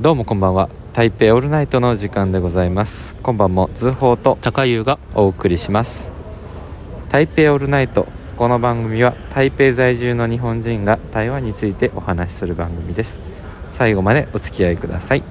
どうもこんばんは。台北オールナイトの時間でございます。今晩もズーホーと高優がお送りします。台北オールナイト、この番組は台北在住の日本人が台湾についてお話しする番組です。最後までお付き合いください。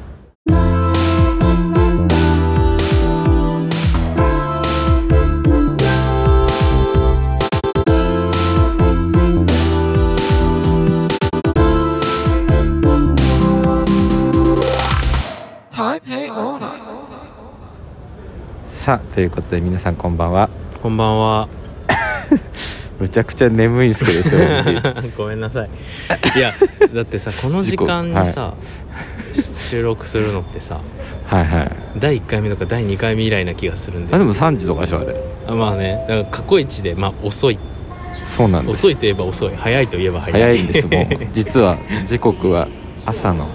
さあ、ということで皆さんこんばんは。 こんばんは。 むちゃくちゃ眠いんですけど正直ごめんなさい。いやだってさ、この時間にさ、収録するのってさ、 はいはい、 第1回目とか第2回目以来な気がするんで。 でも3時とかでしょあれ。 まあね、だから過去一で遅い。 そうなんです。 遅いといえば遅い、早いといえば早い。 早いんです。もう実は時刻は朝の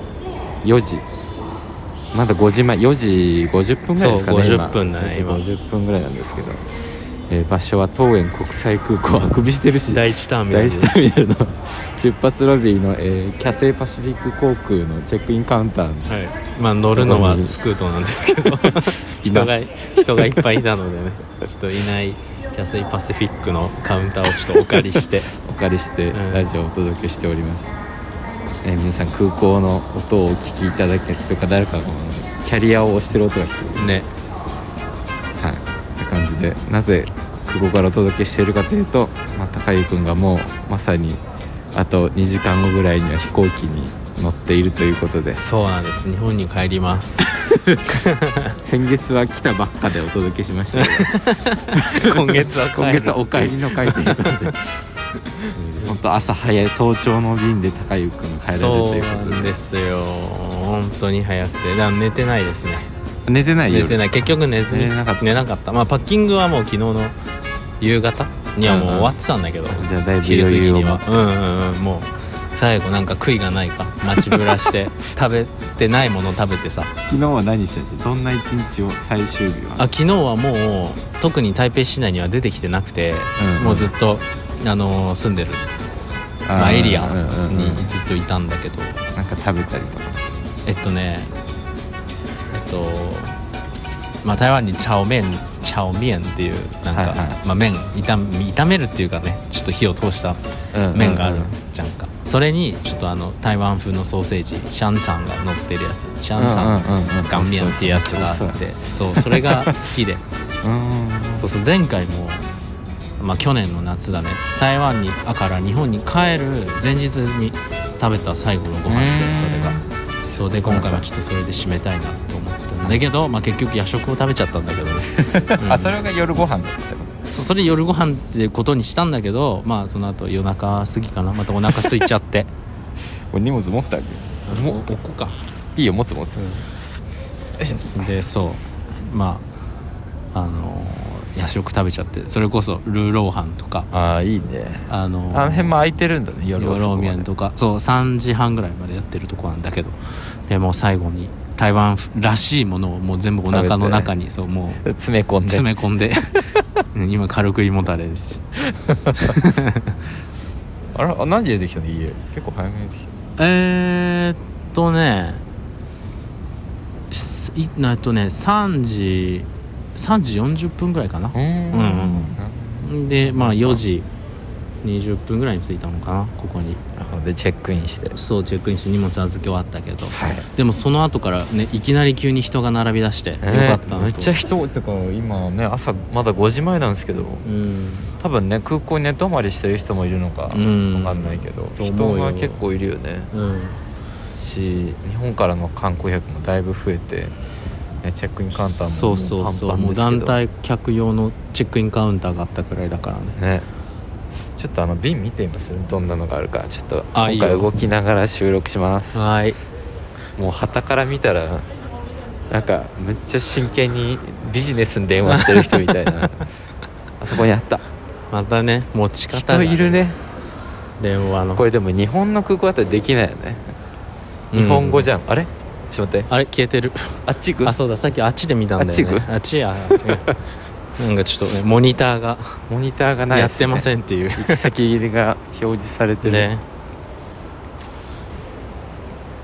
4時、まだ5時前、4時50分ぐらいですかね。 そう50分だね今。 50分ぐらいなんですけど、場所は桃園国際空港、あくびしてるし、 第一ターミナルです。 第一ターミナルの出発ロビーの、キャセイパシフィック航空のチェックインカウンターの、 はい、まあ乗るのはスクートなんですけど人がいっぱいいたのでね、ちょっといないキャセイパシフィックのカウンターをちょっとお借りしてラジオをお届けしております。皆さん空港の音をお聞きいただけとか、誰かがキャリアを押してる音が聞こえるね。 はい、って感じで、なぜ空港からお届けしているかというと、高井くんがもうまさにあと2時間後ぐらいには飛行機に乗っているということで。 そうなんです。日本に帰ります先月は来たばっかでお届けしましたけど今月はお帰りの会ということで本当朝早い早朝の便で高井くんが帰られるということで。 そうなんですよ、本当に早くて、だから寝てないですね。 寝てない。 結局寝ずに寝なかった。パッキングはもう昨日の夕方にはもう終わってたんだけど、 じゃあだいぶ余裕を持って、 もう最後なんか悔いがないか待ちぶらして食べてないもの食べてさ。 昨日は何したんですか？どんな一日を、最終日は。 昨日はもう特に台北市内には出てきてなくて、もうずっと住んでるエリアにずっといたんだけど、 なんか食べたりとか。 台湾にチャオメンっていうなんか、麺炒めるっていうかね、ちょっと火を通した麺があるじゃんか。それにちょっと台湾風のソーセージシャンツァンが乗ってるやつ、シャンツァンガンミャンっていうやつがあって、それが好きでそう前回も去年の夏だね、台湾から日本に帰る前日に食べた最後のご飯で、それがそうで、今回はちょっとそれで締めたいなと思ってるんだけど、結局夜食を食べちゃったんだけどねそれが夜ご飯だったってこと？ それ夜ご飯ってことにしたんだけど、その後夜中過ぎかな、またお腹空いちゃってこれ荷物持ってあげる？ もう置こうか。 いいよ、持つ、 で、そう夜食食べちゃって、それこそルーローハンとか、 いいね。あの辺も空いてるんだね、夜ローミャンとか。そう3時半ぐらいまでやってるとこなんだけど、でもう最後に台湾らしいものをもう全部お腹の中にもう詰め込んで今軽く胃もたれですし何時でできたの？家結構早めにできた。 3時40分ぐらいかな。で4時20分ぐらいに着いたのかな、ここに。 でチェックインして、 チェックインして荷物預け終わったけど、でもその後からね、いきなり急に人が並び出して、よかったなと。 めっちゃ人ってか、今ね朝まだ5時前なんですけど、多分ね空港に寝泊まりしてる人もいるのか分かんないけど、人が結構いるよね。し、日本からの観光客もだいぶ増えて、チェックインカウンターもパンパンですけど、 もう団体客用のチェックインカウンターがあったくらいだからね。 ちょっと便見てみます？どんなのがあるか。ちょっと今回動きながら収録します。 はい。 もう傍から見たらなんかめっちゃ真剣にビジネスに電話してる人みたいなあそこにあった。 またね、持ち方が、 人いるね、 電話の。 これでも日本の空港だったらできないよね。日本語じゃん。あれちょっと待って、 あれ消えてる。 あっち行く？ そうだ、さっきあっちで見たんだよね。あっちやなんかちょっとね、モニターがないやってませんっていう行き先が表示されてるね。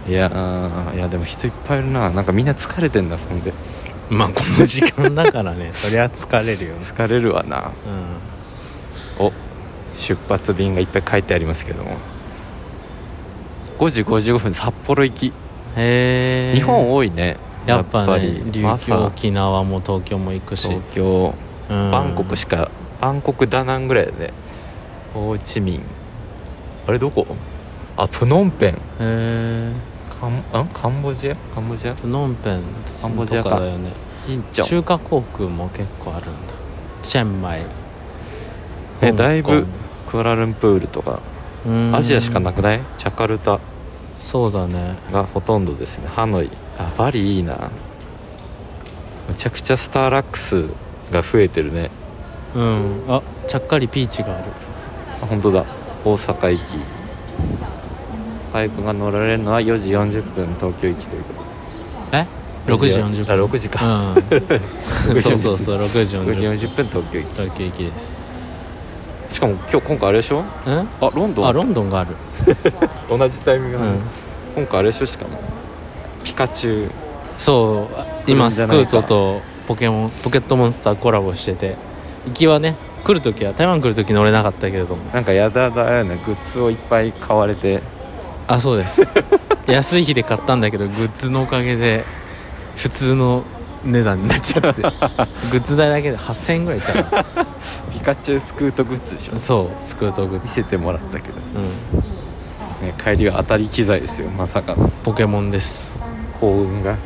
いやでも人いっぱいいるな。なんかみんな疲れてんだ。そんでまあこの時間だからねそりゃ疲れるよね。 疲れるわな。お、出発便がいっぱい書いてありますけども、5時55分札幌行き。 へえ。 日本多いねやっぱね。琉球、沖縄も東京も行くし、 東京、バンコクしか、バンコクダナンぐらいだね。ホーチミン、あれどこ？あ、プノンペン。へえ。 カンボジアプノンペンカンボジアかだよね。 インチョン。 中華航空も結構あるんだ。チェンマイでだいぶクアラルンプールとかアジアしかなくない？ジャカルタ。 そうだねがほとんどですね。ハノイ、あ、バリいいな。めちゃくちゃスターラックスが増えてるね。 あ、ちゃっかりピーチがある。 あ、本当だ。大阪行きバイクが乗られるのは4時40分東京行きということで。 6時40分。 6時か、 そう6時 40分東京行きです。 しかも今回あれでしょ。ロンドンがある同じタイミングなの、今回あれでしょ。しかもピカチュウ。 そう今スクートとポケットモンスターコラボしてて、行きはね台湾来る時乗れなかったけれども、 なんかやだよね。グッズをいっぱい買われて。 あ、そうです安い日で買ったんだけどグッズのおかげで普通の値段になっちゃってグッズ代だけで8000円ぐらいいったなピカチュウスクートグッズでしょ。 そうスクートグッズ見せてもらったけど、ね、帰りは当たり機材ですよ。まさかのポケモンです。 幸運が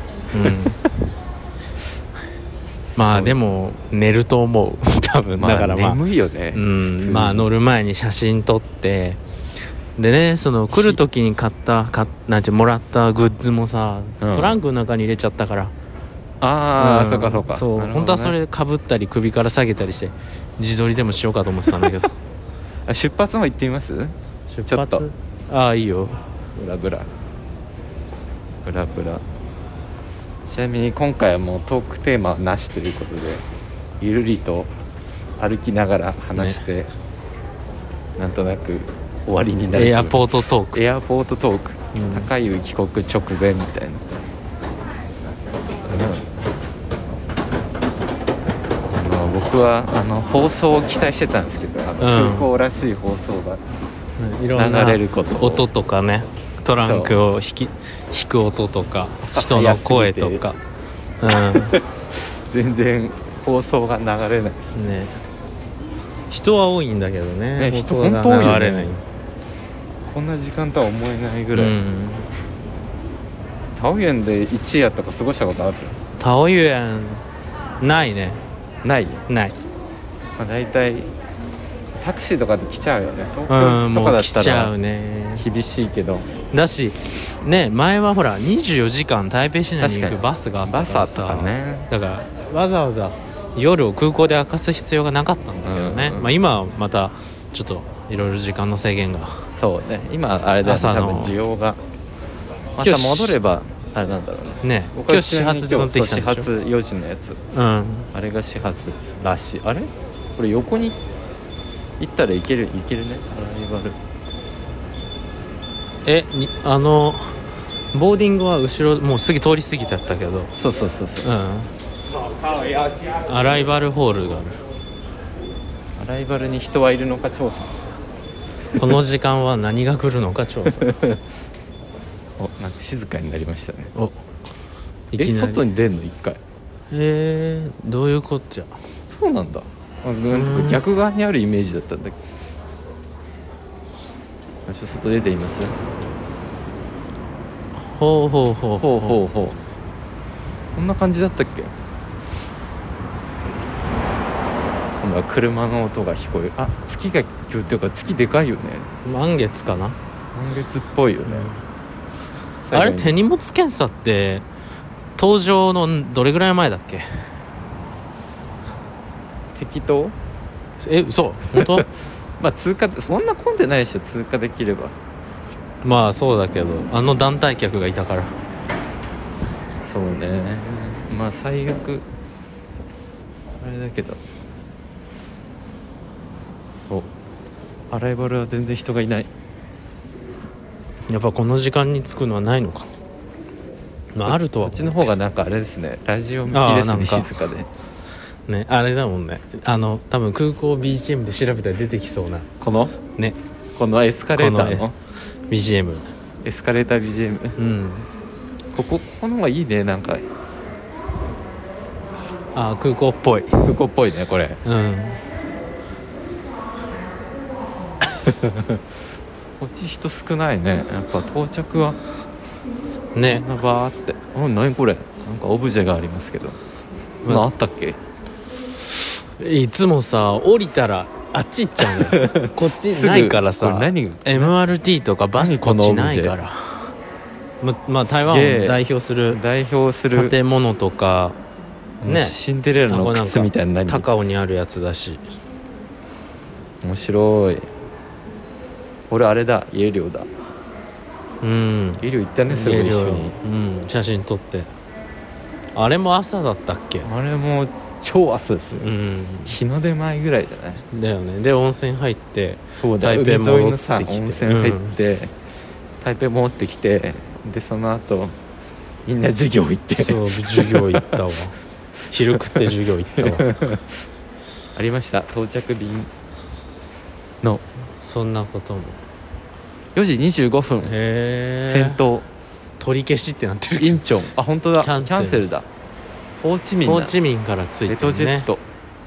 まあでも寝ると思う多分。だから眠いよね。 乗る前に写真撮ってでね、その来る時にもらったグッズもさ、トランクの中に入れちゃったから。 そうかそう、ね、本当はそれかぶったり首から下げたりして自撮りでもしようかと思ってたんだけど出発も行ってみます？ 出発。いいよ。 ブラブラ。ちなみに今回はもうトークテーマはなしということで、ゆるりと歩きながら話して、なんとなく終わりになる。 エアポートトーク、 高湯帰国直前みたいな。僕は放送を期待してたんですけど、空港らしい放送が流れること、 音とかね、トランクを引く音とか人の声とか、 全然放送が流れないですね。人は多いんだけどね。 人本当多いよね。こんな時間とは思えないぐらい。タオユンで一夜とか過ごしたことある？ タオユンないね。ない。 だいたいタクシーとかで来ちゃうよね。東京とかだったら厳しいけど。 だしね、前はほら24時間台北市内に行くバスがあったからさ、だからわざわざ夜を空港で明かす必要がなかったんだけどね。今はまたちょっといろいろ時間の制限が。 そうね。今あれだよね。多分需要がまた戻ればあれなんだろうね。 今日始発で乗ってきたんでしょ。 始発4時のやつ。あれが始発らしい。あれ？これ横に行ったらいけるね。アライバル。 ボーディングは後ろもう通り過ぎてあったけど。 そう。 アライバルホールがある。 アライバルに人はいるのか調査。 この時間は何が来るのか調査。 なんか静かになりましたね。 いきなり外に出んの一回。 どういうこっちゃ。 そうなんだ。逆側にあるイメージだったんだけど。外出ています。 ほう。 こんな感じだったっけ。今度は車の音が聞こえる。月が今日っていうか月でかいよね。 満月かな。 満月っぽいよね。 あれ手荷物検査って登場のどれぐらい前だっけ？ 適当？ 嘘？本当？ 通過そんな混んでないでしょ。通過できれば。 そうだけど団体客がいたから。 そうね。最悪あれだけど。アライバルは全然人がいない。 やっぱこの時間に着くのはないのかな、まあ、あるとはこっちの方がなんかあれですね、ラジオ向きですね、静かでね、あれだもんね、多分空港 BGM で調べたら出てきそうなこのね、 このエスカレーターの BGM、 エスカレーター BGM、 うん、 この方がいいね、なんか空港っぽい、 空港っぽいねこれ、 うん、 こっち人少ないね、やっぱ到着はね、 こんなバーって、何これ、なんかオブジェがありますけど、あったっけ。 いつもさ降りたらあっち行っちゃうのこっちないからさ、MRT とかバスこっちないから、まあ台湾を代表する建物とかね、シンデレラの靴みたいな、 高尾にあるやつだし、 面白い。俺あれだ、イエリョだ、 うん、 イエリョ行ったね、すぐ一緒に、 うん、写真撮って。あれも朝だったっけ。 あれも超朝ですよ、うん、日の出前ぐらいじゃないだよね。で温泉入って、 台北戻ってきて、温泉入って、台北戻ってきて、でその後みんな授業行って、 そう授業行ったわ昼食って授業行ったわありました、到着便のそんなことも。 4時25分先頭取り消しってなってる。 インチョン、本当だ、キャンセルだ。ホーチミンからついてるね。レトジェット、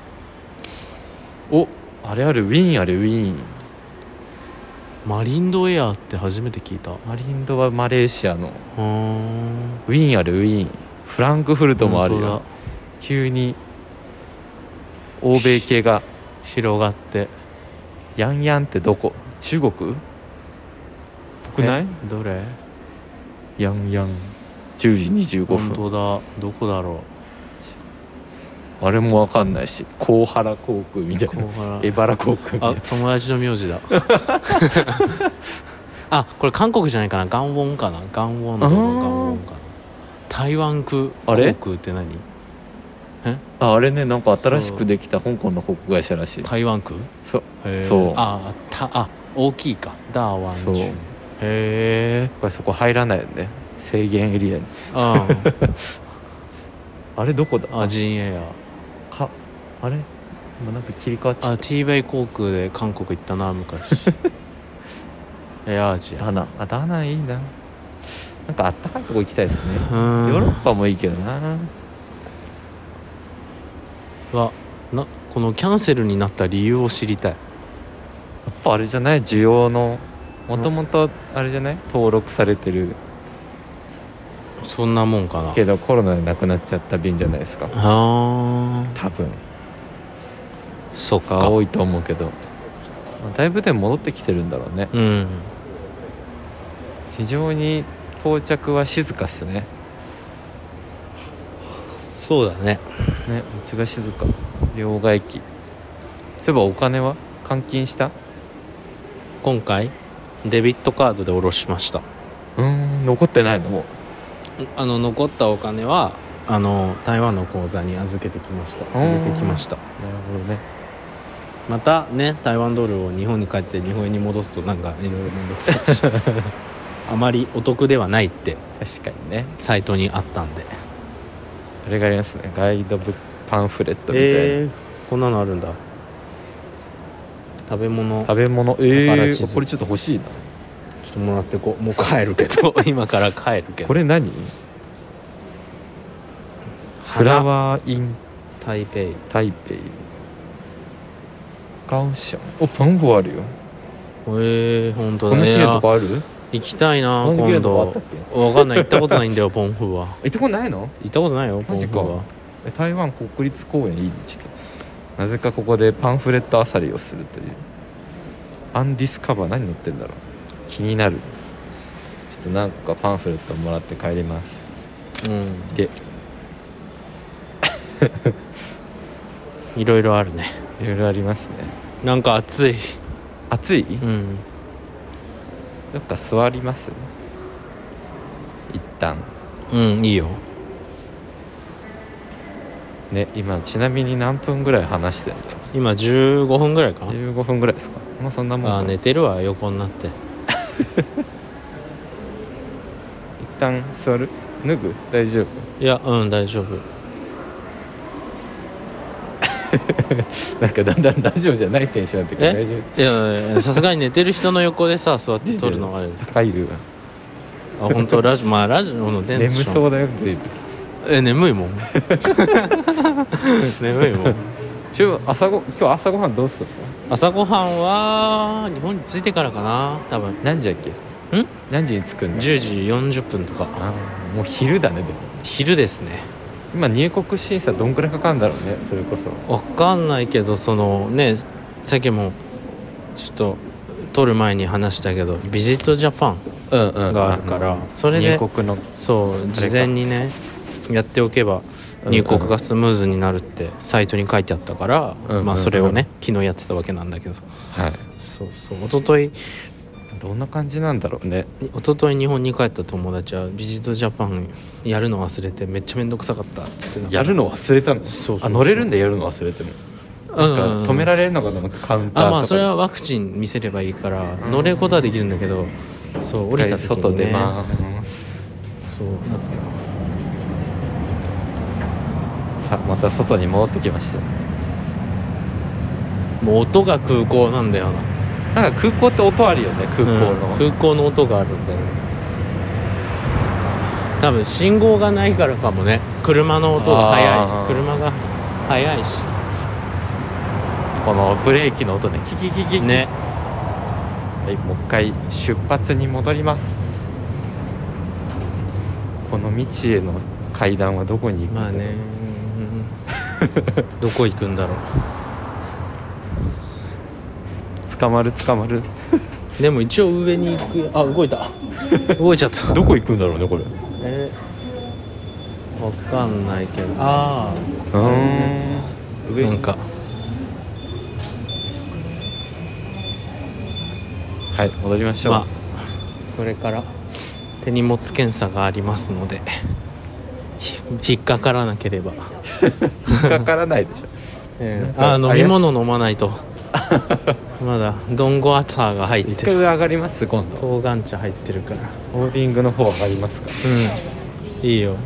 あれある、ウィーンある、ウィーン。 マリンドエアって初めて聞いた。 マリンドはマレーシアの。ウィーンある、ウィーン。フランクフルトもあるよ。急に欧米系が広がって。 ヤンヤンってどこ？中国？ぽくない？ どれ？ ヤンヤン10時25分。 本当だ、どこだろう。あれも分かんないし、コハラ航空みたいな、エバラ航空みたいな。 友達の名字だこれ韓国じゃないかな、ガンウォンかな、ガンウォンドのガンウォンかな。台湾空航空って何？ あれね、なんか新しくできた香港の航空会社らしい。 台湾空？そう大きいか、ダーワン中。へえ。 そこ入らないよね、制限エリアに。あれどこだ？ ジンエアか、あれ今なんか切り替わっちゃった。 ティーベイ航空で韓国行ったな昔エアージア。 ダナいいな。なんかあったかいとこ行きたいですね。ヨーロッパもいいけどな。 このキャンセルになった理由を知りたい。 やっぱあれじゃない、需要のもともとあれじゃない、登録されてる。 そんなもんかな。 けどコロナでなくなっちゃった便じゃないですか。多分そうか、 多いと思うけど、だいぶでも戻ってきてるんだろうね。うん、非常に到着は静かっすね。 そうだね。 うちが静か。両替機、そういえばお金は換金した？ 今回デビットカードで下ろしました。 残ってないの？もう残ったお金は台湾の口座に預けてきました。入れてきました。なるほどね。 またね、台湾ドルを日本に帰って日本円に戻すとなんかいろいろめんどくさいしあまりお得ではないって確かにね、 サイトにあったんで。 あれがありますね、ガイドブックパンフレットみたいな。 こんなのあるんだ。食べ物、 これちょっと欲しいな。ちょっともらってこう。もう帰るけど今から帰るけど。 これ何？フラワーイン台北ガオシャン。パンフあるよ。 本当だね。 こんな綺麗なとこある？ 行きたいな今度。分かんない、行ったことないんだよポンフは。 行ったことないの？ 行ったことないよポンフは。 台湾国立公園いい。ちょっとなぜかここでパンフレットあさりをするという。アンディスカバー何載ってんだろう、気になる。ちょっと何個かパンフレットもらって帰ります。でいろいろあるね。 いろいろありますね。 なんか暑い。 どっか座ります？一旦。 いいよ。 ね、今ちなみに何分ぐらい話してるんだろう。 今15分ぐらいかな。 15分ぐらいですか。そんなもんか。 寝てるわ、横になって旦座る？脱ぐ？大丈夫？ いや大丈夫なんかだんだんラジオじゃないテンションになってくる。大丈夫？いやさすがに寝てる人の横でさ座って撮るのがある。 高いよ。 あ本当ラジオラジオのテンション眠そうだよ随分。 眠いもん眠いもん。 今日朝ごはんどうするの？ 朝ごはんは日本に着いてからかな多分。 何時だっけ？何時に着くんだ？ 10時40分とか。 もう昼だね。でも昼ですね。 今入国審査どんくらいかかるんだろうね。それこそ分かんないけどそのねさっきもちょっと撮る前に話したけどビジットジャパンがあるからそれで入国のそう事前にねやっておけば入国がスムーズになるってサイトに書いてあったから、まあそれをね昨日やってたわけなんだけど、 はい、 そう一昨日どんな感じなんだろうね。 一昨日日本に帰った友達はビジットジャパンやるの忘れてめっちゃめんどくさかったっつってた。 やるの忘れたの？ そう乗れるんでやるの忘れてもなんか止められるのかな、カウンターとか。 まあそれはワクチン見せればいいから乗れることはできるんだけど、そう降りた時にね外出ますそうさあまた外に戻ってきました。 もう音が空港なんだよな。 なんか空港って音あるよね。空港の、 空港の音があるんだよね。多分信号がないからかもね。車の音が速いし車が速いしこのブレーキの音ねキキキキね。 はい、もう一回出発に戻ります。この道への階段はどこに行くんだろう。 まあねどこ行くんだろう。 捕まるでも一応上に行くよ。あ動いた動いちゃったどこ行くんだろうねこれ。 わかんないけど上なんかはい戻りましょう。 これから手荷物検査がありますので引っかからなければ引っかからないでしょ飲み物飲まないとまだドンゴアツァーが入ってる。 一回上上がります。今度冬瓜茶入ってるからボーディングの方上がりますか。 いいよ。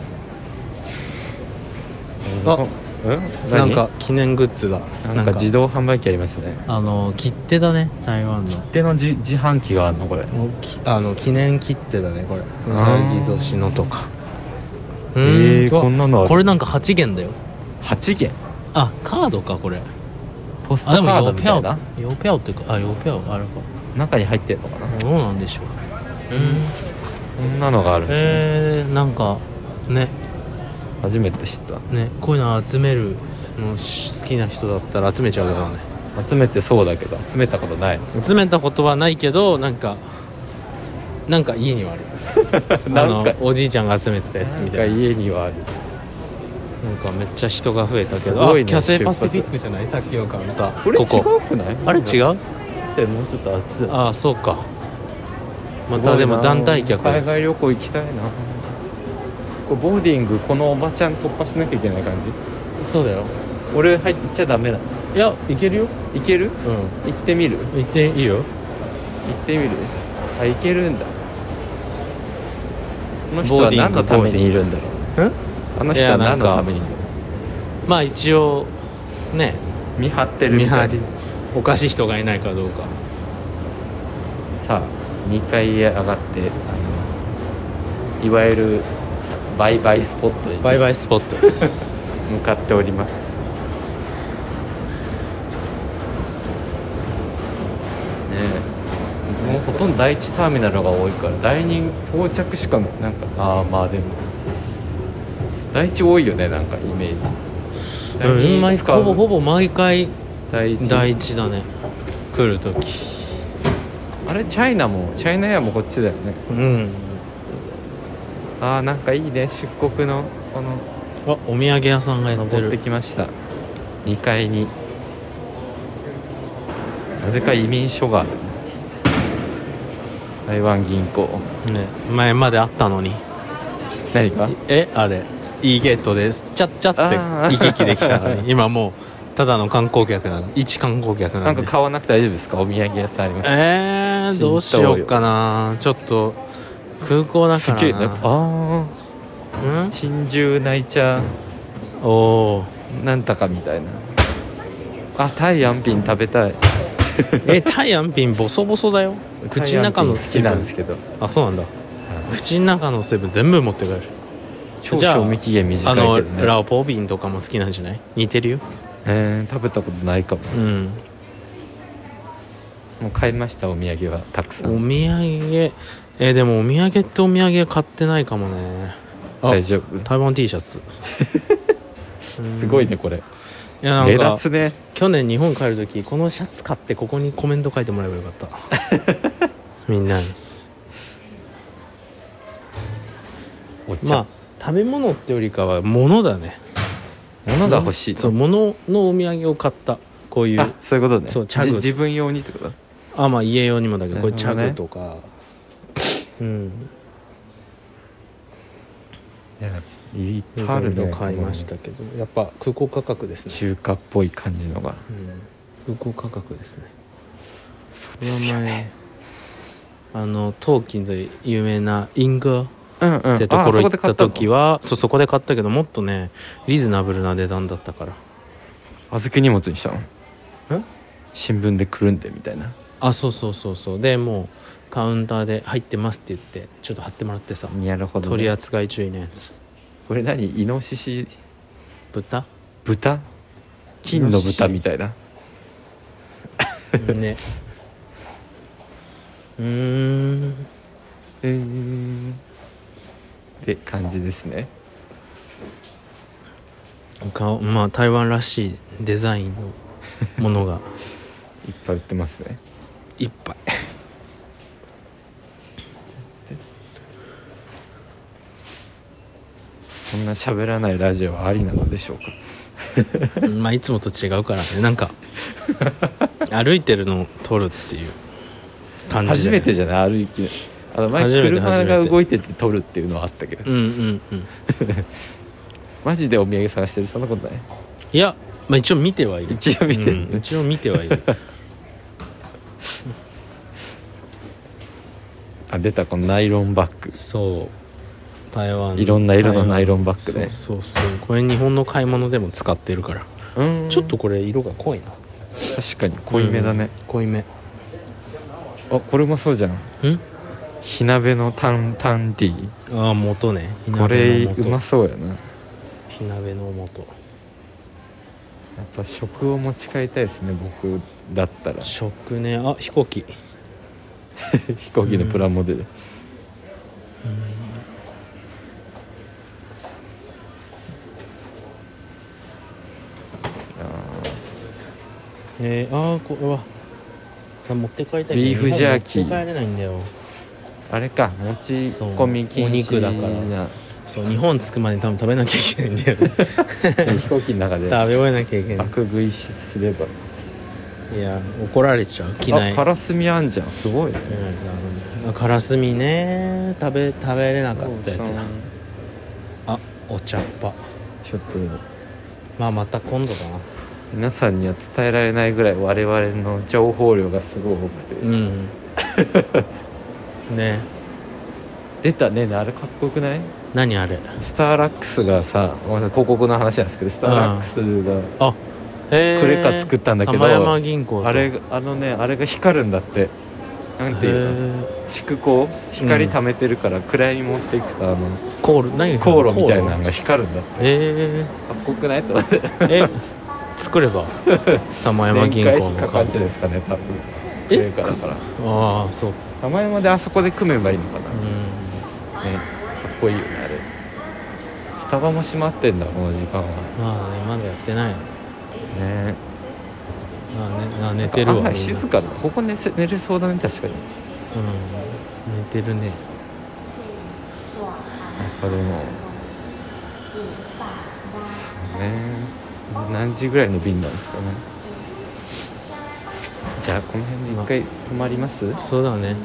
なんか記念グッズだ。 なんか自動販売機ありますね。 切手だね。台湾の切手の自販機があるのこれ。 記念切手だねこれ。うさぎ年のとか。 こんなのある。 これなんか8元だよ。 8元。 あカードかこれ。 ポストカードみたいな。 ヨーピャオっていうかヨーピャオあれか。 中に入ってんのかな。 どうなんでしょう。 こんなのがあるんですね。 なんかね初めて知ったね。こういうの集めるの好きな人だったら集めちゃうだろうね。 集めてそうだけど集めたことない。 集めたことはないけどなんか家にはあるなんかおじいちゃんが集めてたやつみたいな。 なんか家にはある。 なんかめっちゃ人が増えたけど、 すごいね。 キャセイパシフィックじゃない？さっきのカウンター。 これ違うくない？ あれ違う？ もうちょっと暑い。 ああそうか。またでも団体客。 海外旅行行きたいな。これボーディングこのおばちゃん突破しなきゃいけない感じ。 そうだよ。 俺入っちゃダメだ。 いやいけるよ。 いける？行ってみる？ 行っていいよ。 行ってみる？あ行けるんだ。この人は何のためにいるんだろう。あの人は何のためにいる？ まあ一応ね見張ってるみたいな。 おかしい人がいないかどうか。 さあ2階へ上がっていわゆる売買スポットに売買スポットです向かっております。ねえもうほとんど第一ターミナルが多いから第二到着しかなんかまあでも第一多いよねなんかイメージ。 ほぼ毎回第一だね来るとき。 あれチャイナ屋もこっちだよね。なんかいいね出国のこのお土産屋さんがやってる。 登ってきました2階に。なぜか移民署がある。台湾銀行ね前まであったのに。 何かあれいいゲットですチャッチャって行き来できたのに今もうただの観光客なの。一観光客なんで買わなくて大丈夫ですか？お土産屋さんあります。 どうしようかな。ちょっと空港だからな。 すげえな。珍獣ナイチャーおなんとかみたいな。タイアンピン食べたい。 タイアンピンボソボソだよ。口の中の水分好きなんですけど。 そうなんだ、口の中の水分全部持って帰る。 超賞味期限短いけどね。 ラオポービンとかも好きなんじゃない？似てるよ。 食べたことないかも。もう買いました。お土産はたくさん。 お土産でもお土産ってお土産買ってないかもね。 大丈夫？ 台湾 T シャツすごいねこれ。 いやなんか目立つね。 去年日本帰る時このシャツ買ってここにコメント書いてもらえばよかったみんなに。食べ物ってよりかは物だね。 物が欲しい。 そう物のお土産を買った。こういうそういうことね。 そうチャグ自分用にってこと？ 家用にもだけど、これチャグとかいっぱいあるね。 買いましたけど、やっぱ空港価格ですね。 中華っぽい感じのが、 空港価格ですね。 そうですよね。 陶器で有名なインガーってところ行った時はそこで買ったけど、もっとねリーズナブルな値段だったから。 預け荷物にしたの？新聞でくるんでみたいな。 そうでもうカウンターで入ってますって言ってちょっと貼ってもらってさ。 なるほど、ね、 取り扱い注意のやつ。 これ何？イノシシ？ 豚？ 金の豚みたいなねって感じですね。 台湾らしいデザインのものがいっぱい売ってますね。 いっぱい。 こんな喋らないラジオはありなのでしょうか？ いつもと違うからね。なんか歩いてるのを撮るっていう感じで、 初めてじゃない？歩き前車が動いてて撮るっていうのはあったけどマジでお土産探してる？そんなことない？ いや、一応見てはいる。 一応見てる、 一応見てはいる出たこのナイロンバッグ。 そう台湾いろんな色のナイロンバッグね。 そうこれ日本の買い物でも使ってるから。ちょっとこれ色が濃いな。 確かに濃いめだね。 濃いめ。 これもそうじゃん。火鍋のタンティー。 元ね。 これうまそうやな。 火鍋の素。 やっぱ食を持ち帰りたいですね、僕だったら。 食ね。飛行機飛行機のプラモデル。 これは持って帰りたいけどビーフジャーキー持って帰れないんだよ。 あれか、持ち込み禁止。 お肉だからそう、日本着くまで多分食べなきゃいけないんだよね飛行機の中で食べ終えなきゃいけない。 爆食いすればいや怒られちゃう。機内カラスミあんじゃん。すごいね。 カラスミね。食べれなかったやつだ。お茶っ葉。 ちょっとまた今度だな。 皆さんには伝えられないぐらい我々の情報量がすごい多くてね。 出たね。あれかっこよくない？ 何あれ？ スターラックスがさ、ごめんなさい広告の話なんですけど、スターラックスがクレカ作ったんだけど、 玉山銀行あれが光るんだって。なんていうの、蓄光、光溜めてるから暗闇持っていくと航路みたいなのが光るんだって。かっこよくないと思って。 作れば玉山銀行の年会費かかってるんですかね、多分。クレカだから。 そう。 玉山であそこで組めばいいのかな。かっこいいよねあれ。スタバも閉まってんだこの時間は。 まだやってないね。 寝てるわ。 静かだ。ここ寝れそうだね、確かに。 寝てるね。やっぱでもそうね。何時ぐらいの便なんですかね。じゃあこの辺で一回止まります？ そうだね。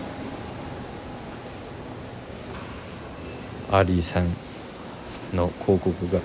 アリーさんの広告が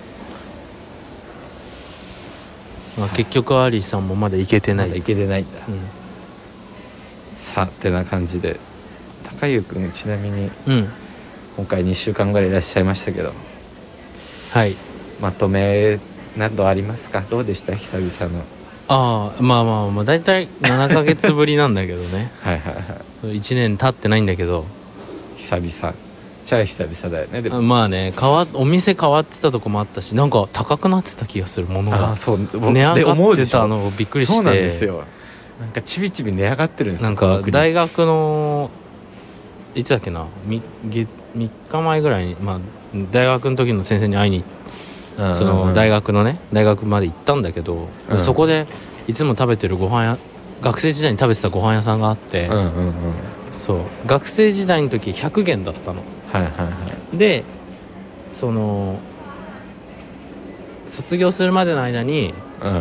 結局アリーさんもまだ行けてない。 まだ行けてないんだ。さあってな感じで、高かゆうくんちなみに、 うん、 今回2週間ぐらいいらっしゃいましたけど、 はい。 まとめなどありますか？どうでした久々の。 まあだいたい7ヶ月ぶりなんだけどねはいはいはい。 1年経ってないんだけど、 久々ちゃ久々だよね。でもまあね、お店変わってたとこもあったし、なんか高くなってた気がするものが。 そう値上がってたのびっくりして。 そうなんですよ。なんかちびちび値上がってるんですよ。 なんか大学のいつだっけな、3日前ぐらいに、まあ、大学の時の先生に会いに、その大学のね、大学まで行ったんだけど、そこでいつも食べてるご飯屋、学生時代に食べてたご飯屋さんがあって、そう学生時代の時100元だったの。 はいはいはい。 でその卒業するまでの間に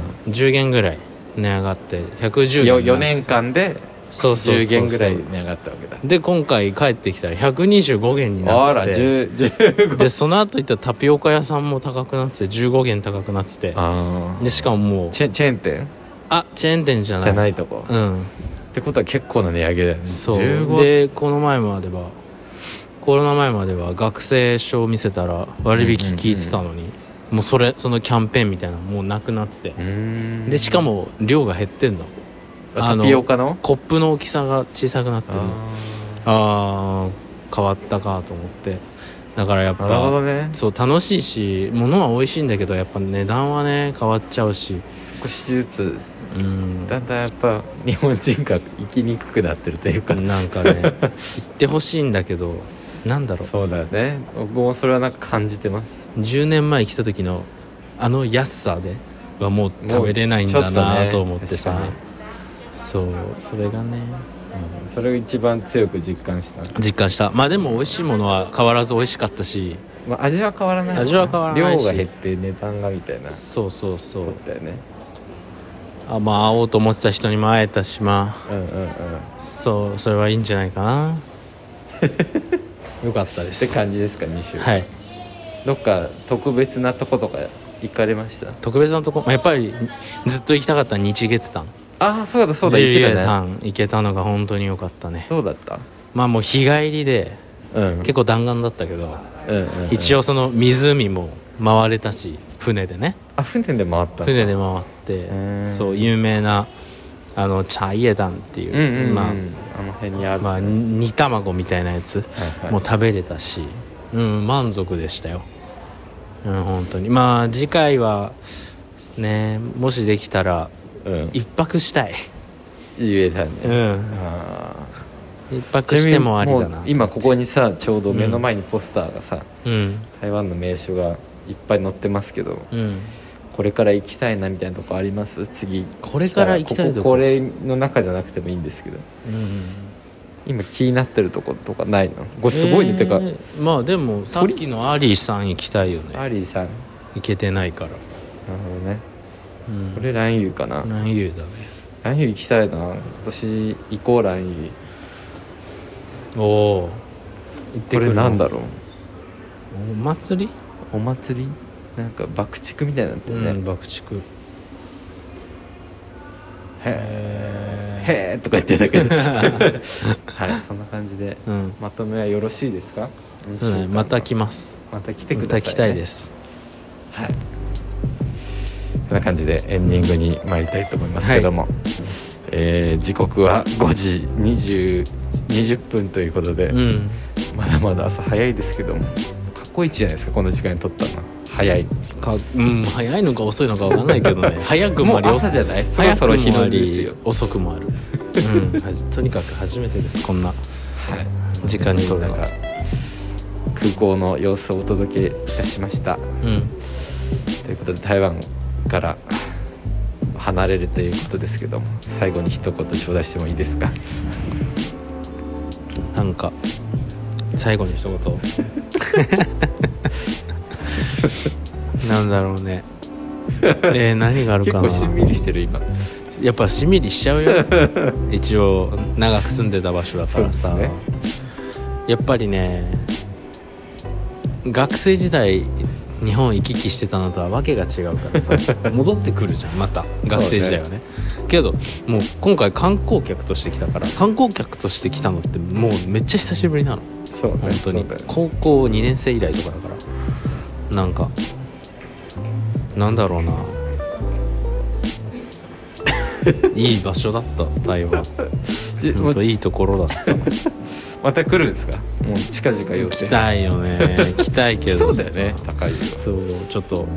10元ぐらい値上がって110元 4年間で10元ぐらい値上がったわけだ。 で今回帰ってきたら125元になってて、 15 でその後行ったタピオカ屋さんも高くなってて15元高くなってて、でしかももうチェーン店チェーン店じゃないとこ、 ってことは結構な値上げだよね。 そうでコロナ前までは学生証見せたら割引聞いてたのに、もうそのキャンペーンみたいなのもうなくなってて、でしかも量が減ってんの。 タピオカのコップの大きさが小さくなってるの。変わったかと思って。だからやっぱなるほど、ね、 そう楽しいし物は美味しいんだけど、やっぱ値段はね変わっちゃうし、 少しずつだんだんやっぱ日本人が生きにくくなってるというか、 なんかね言ってほしいんだけど、なんだろう。 そうだよね。僕もそれはなんか感じてます。 10年前来た時の安さではもう食べれないんだなと思ってさ、そうそれがね、 それが一番強く実感した。 まあでも美味しいものは変わらず美味しかったし、 味は変わらない。 味は変わらないし量が減って値段がみたいな。 そうだよね。 まあ会おうと思ってた人にも会えたし、まあそれはいいんじゃないかなよかったですって感じですか。2週間、 はい。 どっか特別なとことか行かれました？ 特別なとこ、やっぱりずっと行きたかった日月潭。 そうだ行ってたね。 行けたのが本当に良かったね。 どうだった？ まあもう日帰りで、結構弾丸だったけど、一応その湖も回れたし、船でね。 船で回った。 船で回って、そう有名な茶叶団っていう、まああの辺にある、 まあ煮卵みたいなやつも食べれたし、満足でしたよ。本当に。まあ次回はね、もしできたら一泊したい。 言えたね。 一泊してもありだな。 今ここにさ、ちょうど目の前にポスターがさ、台湾の名所がいっぱい載ってますけど、これから行きたいなみたいなとこあります？次これから行きたいとこ、 これの中じゃなくてもいいんですけど、今気になってるとことかないの？これすごいね。てかまあでもさっきのアリーさん行きたいよね。 アリーさん行けてないから。なるほどね。これ蘭遊かな。 蘭遊だね。 蘭遊行きたいな。今年行こう蘭遊。 おお。行ってくる。 これなんだろう。 お祭りなんか爆竹みたいになってるね。 爆竹。 へーとか言ってたけどはい、そんな感じで、まとめはよろしいですか？ また来ます。 また来てくださいね。 また来たいです。 はい、こんな感じでエンディングに参りたいと思いますけども、時刻は5時20分ということで、まだまだ朝早いですけども、かっこいいじゃないですか、この時間に撮ったの。早い早いのか遅いのか分かんないけどね早くもあり、 もう朝じゃない？そろそろ日の出ですよ。 遅くもあるとにかく初めてです、こんな時間に撮るのが。 空港の様子をお届けいたしました、ということで台湾から離れるということですけども、最後に一言頂戴してもいいですか？ なんか最後に一言なんだろうね何があるかな。 結構しんみりしてる今。 やっぱしんみりしちゃうよ一応長く住んでた場所だからさ、 ね、 やっぱりね学生時代日本行き来してたのとはわけが違うからさ戻ってくるじゃんまた学生時代はねけどもう今回観光客として来たから観光客として来たのってもうめっちゃ久しぶりなのそうね本当に、 そうだよね、 高校2年生以来とかだからなんかなんだろうないい場所だった台湾本当いいところだったまた来るんですか？もう近々予定。 来たいよね来たいけどそうだよね高いよ。 そうちょっと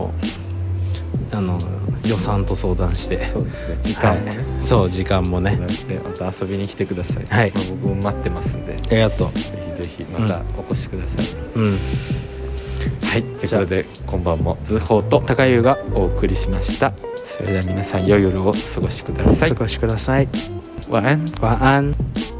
予算と相談してそうですね時間もね、 はい、そう時間もねしてまた遊びに来てください。 はい、 まあ、僕も待ってますんでありがとうぜひぜひまたお越しください。 うんはいということで今晩も図報と高優がお送りしました。それでは皆さん良い夜をお過ごしください。 お過ごしください。 晚安。 晚安。